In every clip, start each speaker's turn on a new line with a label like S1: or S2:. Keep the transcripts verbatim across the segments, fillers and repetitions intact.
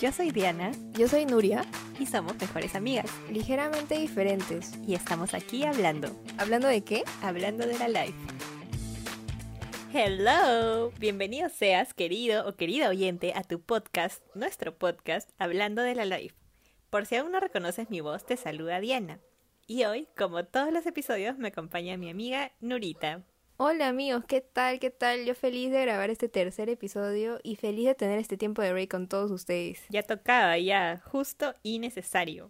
S1: Yo soy Diana.
S2: Yo soy Nuria.
S1: Y somos mejores amigas.
S2: Ligeramente diferentes.
S1: Y estamos aquí hablando.
S2: ¿Hablando de qué?
S1: Hablando de la life. Hello. Bienvenido seas, querido o querida oyente, a tu podcast, nuestro podcast, Hablando de la life. Por si aún no reconoces mi voz, te saluda Diana. Y hoy, como todos los episodios, me acompaña mi amiga Nurita.
S2: Hola amigos, ¿qué tal? ¿Qué tal? Yo feliz de grabar este tercer episodio y feliz de tener este tiempo de break con todos ustedes.
S1: Ya tocaba, ya, justo y necesario.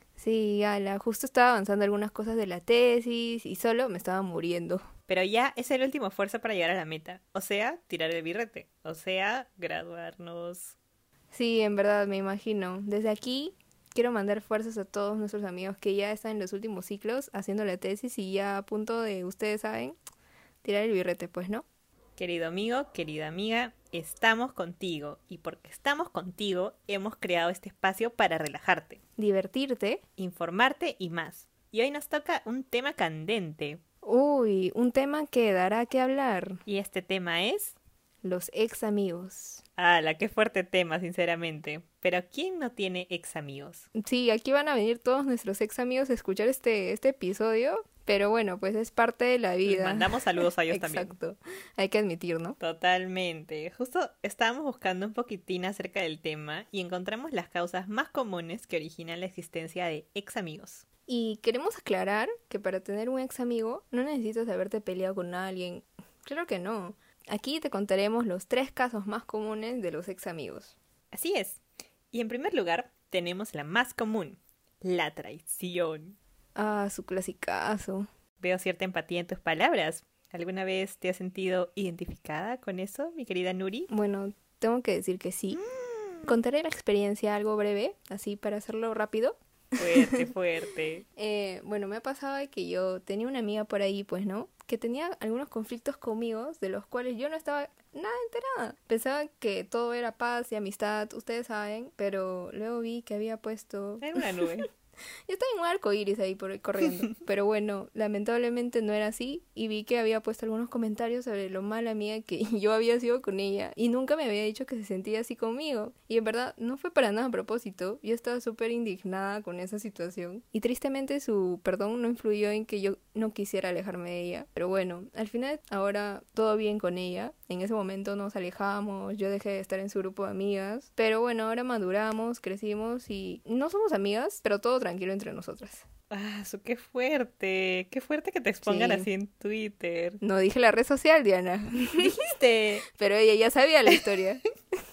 S2: Sí, ala, justo estaba avanzando algunas cosas de la tesis y solo me estaba muriendo.
S1: Pero ya es el último esfuerzo para llegar a la meta. O sea, tirar el birrete. O sea, graduarnos.
S2: Sí, en verdad, me imagino. Desde aquí quiero mandar fuerzas a todos nuestros amigos que ya están en los últimos ciclos haciendo la tesis y ya a punto de, ustedes saben, tirar el birrete, pues, ¿no?
S1: Querido amigo, querida amiga, estamos contigo. Y porque estamos contigo, hemos creado este espacio para relajarte,
S2: Divertirte.
S1: informarte y más. Y hoy nos toca un tema candente.
S2: Uy, un tema que dará que hablar.
S1: Y este tema es...
S2: Los ex amigos.
S1: ¡Hala, qué fuerte tema, sinceramente! Pero ¿quién no tiene ex amigos?
S2: Sí, aquí van a venir todos nuestros ex amigos a escuchar este, este episodio. Pero bueno, pues es parte de la vida.
S1: Les mandamos saludos a ellos también.
S2: Exacto, hay que admitir, ¿no?
S1: Totalmente. Justo estábamos buscando un poquitín acerca del tema y encontramos las causas más comunes que originan la existencia de ex amigos.
S2: Y queremos aclarar que para tener un ex amigo no necesitas haberte peleado con alguien. Claro que no. Aquí te contaremos los tres casos más comunes de los ex amigos.
S1: Así es. Y en primer lugar tenemos la más común, la traición.
S2: Ah, su clasicazo.
S1: Veo cierta empatía en tus palabras. ¿Alguna vez te has sentido identificada con eso, mi querida Nuri?
S2: Bueno, tengo que decir que sí. Mm. Contaré la experiencia algo breve, así para hacerlo rápido.
S1: Fuerte, fuerte.
S2: eh, bueno, me ha pasado que yo tenía una amiga por ahí, pues, ¿no? Que tenía algunos conflictos conmigo, de los cuales yo no estaba nada enterada. Pensaba que todo era paz y amistad, ustedes saben, pero luego vi que había puesto...
S1: En una nube.
S2: Yo estaba en un arco iris ahí por corriendo, pero bueno, lamentablemente no era así y vi que había puesto algunos comentarios sobre lo mala amiga que yo había sido con ella y nunca me había dicho que se sentía así conmigo y en verdad no fue para nada a propósito, yo estaba súper indignada con esa situación y tristemente su perdón no influyó en que yo no quisiera alejarme de ella, pero bueno, al final ahora todo bien con ella, en ese momento nos alejamos, yo dejé de estar en su grupo de amigas, pero bueno, ahora maduramos, crecimos y no somos amigas, pero todo tranquilo entre nosotras.
S1: Ah, eso qué fuerte, qué fuerte que te expongan
S2: Sí.
S1: así en Twitter.
S2: No dije la red social, Diana.
S1: ¿Dijiste?
S2: Pero ella ya sabía la historia.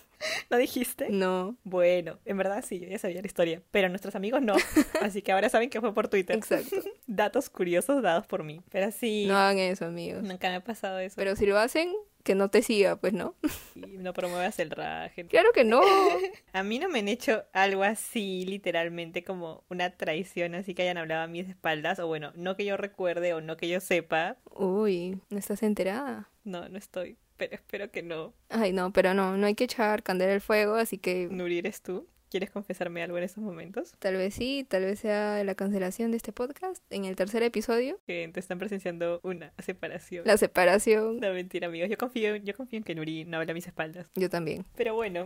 S1: ¿No dijiste?
S2: No,
S1: Bueno, en verdad sí, yo ya sabía la historia, pero nuestros amigos no, así que ahora saben que fue por Twitter.
S2: exacto.
S1: Datos curiosos dados por mí, pero sí,
S2: No hagan eso, amigos.
S1: nunca me ha pasado eso.
S2: Pero si lo hacen, que no te siga, pues, ¿no?
S1: Y no promuevas el raje.
S2: Claro que no.
S1: A mí no me han hecho algo así, literalmente, como una traición, así que hayan hablado a mis espaldas, o bueno, no que yo recuerde o no que yo sepa.
S2: Uy, ¿no estás enterada?
S1: No, no estoy, pero espero que no.
S2: Ay, no, pero no, no hay que echar candela al fuego, así que
S1: Nuri, ¿eres tú? ¿Quieres confesarme algo en estos momentos?
S2: tal vez sí, tal vez sea la cancelación de este podcast en el tercer episodio.
S1: Que te están presenciando una separación.
S2: La separación.
S1: No, mentira, amigos. Yo confío, yo confío en que Nuri no habla a mis espaldas.
S2: Yo también.
S1: Pero bueno,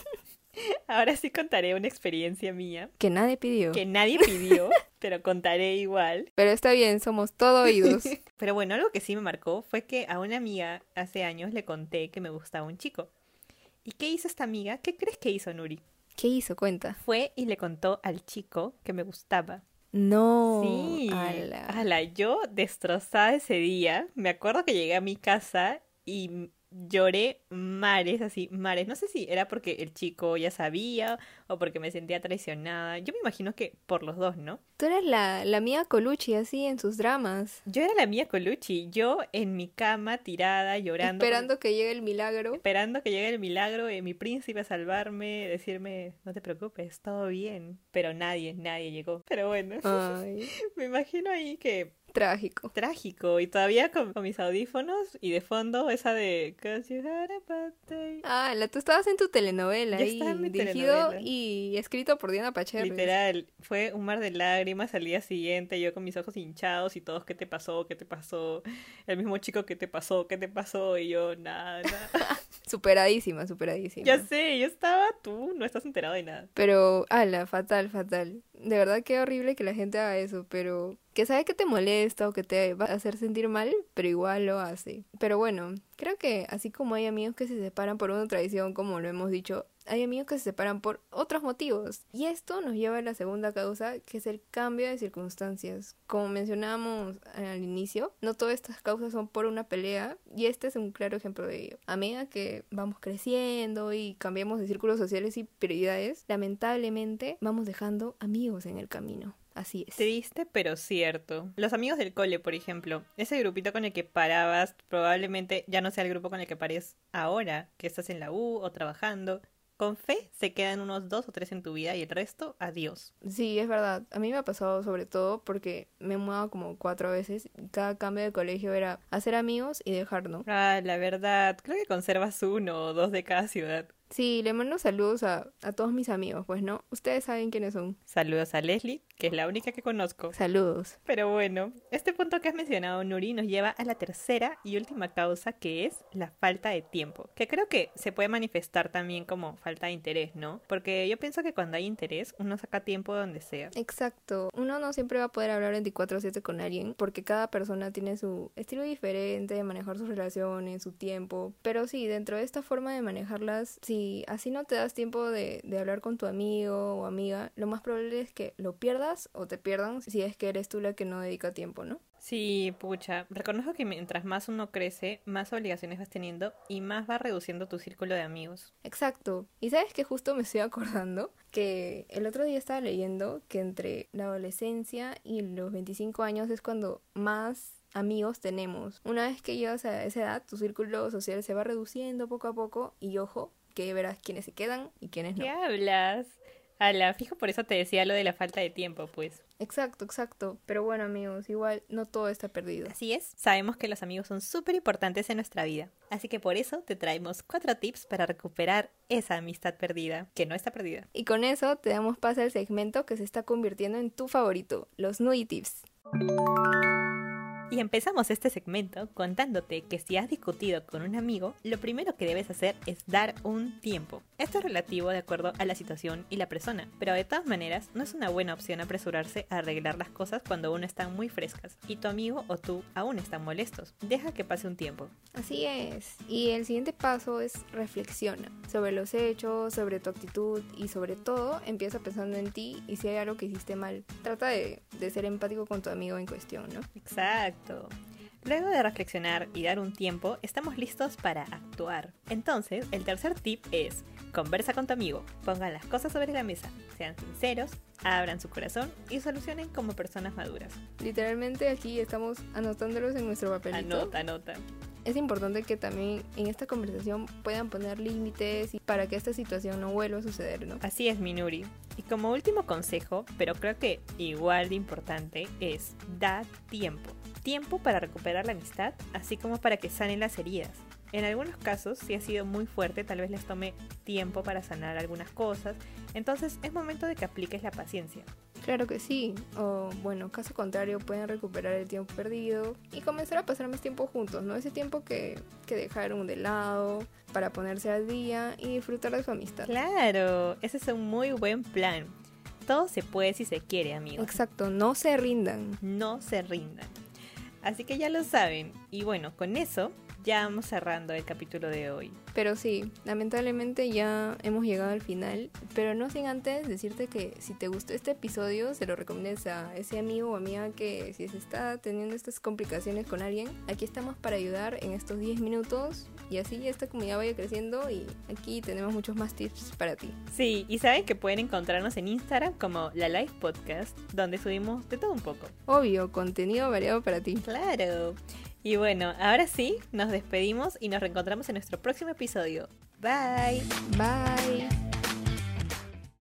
S1: ahora sí contaré una experiencia mía
S2: Que nadie pidió.
S1: que nadie pidió, pero contaré igual.
S2: Pero está bien, somos todo oídos.
S1: Pero bueno, algo que sí me marcó fue que a una amiga hace años le conté que me gustaba un chico. ¿Y qué hizo esta amiga? ¿Qué crees que hizo, Nuri?
S2: ¿Qué hizo? Cuenta.
S1: Fue y le contó al chico que me gustaba.
S2: No.
S1: Sí,
S2: Ala.
S1: ala, yo destrozada ese día. Me acuerdo que llegué a mi casa y lloré mares, así, mares. No sé si era porque el chico ya sabía o porque me sentía traicionada. Yo me imagino que por los dos, ¿no?
S2: Tú eres la, la Mia Colucci así en sus dramas.
S1: Yo era la mía Colucci, yo en mi cama tirada, llorando.
S2: Esperando que llegue el milagro.
S1: Esperando que llegue el milagro de mi príncipe a salvarme, decirme, no te preocupes, todo bien. Pero nadie, nadie llegó. Pero bueno,
S2: Ay,
S1: me imagino ahí que
S2: trágico.
S1: trágico. Y todavía con, con mis audífonos y de fondo esa de... 'Cause you had a bad day.
S2: Ah, la, tú estabas en tu telenovela
S1: Yo
S2: ahí,
S1: estaba en mi
S2: dirigido
S1: telenovela.
S2: y escrito por Diana Pacherres.
S1: Literal, fue un mar de lágrimas al día siguiente, yo con mis ojos hinchados y todos, ¿qué te pasó? ¿Qué te pasó? El mismo chico, ¿qué te pasó? ¿Qué te pasó? Y yo, nada, nada.
S2: Superadísima, superadísima.
S1: Ya sé, yo estaba, tú no estás enterado de nada.
S2: Pero, ala, fatal, fatal. De verdad que horrible que la gente haga eso, pero que sabe que te molesta o que te va a hacer sentir mal, pero igual lo hace. Pero bueno, creo que así como hay amigos que se separan por una traición, como lo hemos dicho, hay amigos que se separan por otros motivos. Y esto nos lleva a la segunda causa, que es el cambio de circunstancias. Como mencionábamos al inicio, no todas estas causas son por una pelea, y este es un claro ejemplo de ello. A medida que vamos creciendo y cambiamos de círculos sociales y prioridades, lamentablemente vamos dejando amigos en el camino. Así es.
S1: Triste, pero cierto. Los amigos del cole, por ejemplo, ese grupito con el que parabas probablemente ya no sea el grupo con el que pares ahora, que estás en la U o trabajando. Con fe se quedan unos dos o tres en tu vida y el resto, adiós.
S2: Sí, es verdad. A mí me ha pasado sobre todo porque me he mudado como cuatro veces. Cada cambio de colegio era hacer amigos y dejar, ¿no?
S1: Ah, la verdad, creo que conservas uno o dos de cada ciudad.
S2: Sí, le mando saludos a, a todos mis amigos, pues, ¿no? Ustedes saben quiénes son.
S1: Saludos a Leslie, que es la única que conozco.
S2: Saludos.
S1: Pero bueno, este punto que has mencionado, Nuri, nos lleva a la tercera y última causa, que es la falta de tiempo. Que creo que se puede manifestar también como falta de interés, ¿no? Porque yo pienso que cuando hay interés, uno saca tiempo donde sea.
S2: Exacto. Uno no siempre va a poder hablar veinticuatro siete con alguien, porque cada persona tiene su estilo diferente de manejar sus relaciones, su tiempo. Pero sí, dentro de esta forma de manejarlas, sí. Si así no te das tiempo de, de hablar con tu amigo o amiga, lo más probable es que lo pierdas o te pierdan si es que eres tú la que no dedica tiempo, ¿no?
S1: Sí, pucha. Reconozco que mientras más uno crece, más obligaciones vas teniendo y más va reduciendo tu círculo de amigos.
S2: Exacto. Y sabes que justo me estoy acordando que el otro día estaba leyendo que entre la adolescencia y los veinticinco años es cuando más amigos tenemos. Una vez que llegas a esa edad, tu círculo social se va reduciendo poco a poco y ojo, que verás quiénes se quedan y quiénes no.
S1: ¿Qué hablas? Ala, fijo, por eso te decía lo de la falta de tiempo, pues.
S2: Exacto, exacto. Pero bueno, amigos, igual no todo está perdido.
S1: Así es. Sabemos que los amigos son súper importantes en nuestra vida. Así que por eso te traemos cuatro tips para recuperar esa amistad perdida, que no está perdida.
S2: Y con eso te damos paso al segmento que se está convirtiendo en tu favorito, los Nui Tips.
S1: Y empezamos este segmento contándote que si has discutido con un amigo, lo primero que debes hacer es dar un tiempo. Esto es relativo de acuerdo a la situación y la persona, pero de todas maneras no es una buena opción apresurarse a arreglar las cosas cuando aún están muy frescas y tu amigo o tú aún están molestos. Deja que pase un tiempo.
S2: Así es. Y el siguiente paso es reflexiona sobre los hechos, sobre tu actitud y sobre todo empieza pensando en ti y si hay algo que hiciste mal. Trata de, de ser empático con tu amigo en cuestión, ¿no?
S1: Exacto. Luego de reflexionar y dar un tiempo, estamos listos para actuar. Entonces, el tercer tip es: conversa con tu amigo, pongan las cosas sobre la mesa, sean sinceros, abran su corazón y solucionen como personas maduras.
S2: Literalmente aquí estamos anotándolos en nuestro papelito.
S1: Anota, anota.
S2: Es importante que también en esta conversación puedan poner límites y para que esta situación no vuelva a suceder, ¿no?
S1: Así es, Minuri. Y como último consejo, pero creo que igual de importante, es da tiempo. Tiempo para recuperar la amistad, así como para que sanen las heridas. En algunos casos, si ha sido muy fuerte, tal vez les tome tiempo para sanar algunas cosas, entonces es momento de que apliques la paciencia.
S2: Claro que sí, o bueno, caso contrario pueden recuperar el tiempo perdido y comenzar a pasar más tiempo juntos, ¿no? Ese tiempo que, que dejaron de lado para ponerse al día y disfrutar de su amistad.
S1: Claro, ese es un muy buen plan. Todo se puede si se quiere, amigos.
S2: Exacto, no se rindan.
S1: No se rindan. Así que ya lo saben. Y bueno, con eso ya vamos cerrando el capítulo de hoy.
S2: Pero sí, lamentablemente ya hemos llegado al final, pero no sin antes decirte que si te gustó este episodio, se lo recomiendes a ese amigo o amiga que si se está teniendo estas complicaciones con alguien, aquí estamos para ayudar en estos diez minutos y así esta comunidad vaya creciendo y aquí tenemos muchos más tips para ti.
S1: Sí, y saben que pueden encontrarnos en Instagram como La Live Podcast, donde subimos de todo un poco.
S2: Obvio, contenido variado para ti.
S1: Claro. Y bueno, ahora sí, nos despedimos y nos reencontramos en nuestro próximo episodio. Bye.
S2: Bye.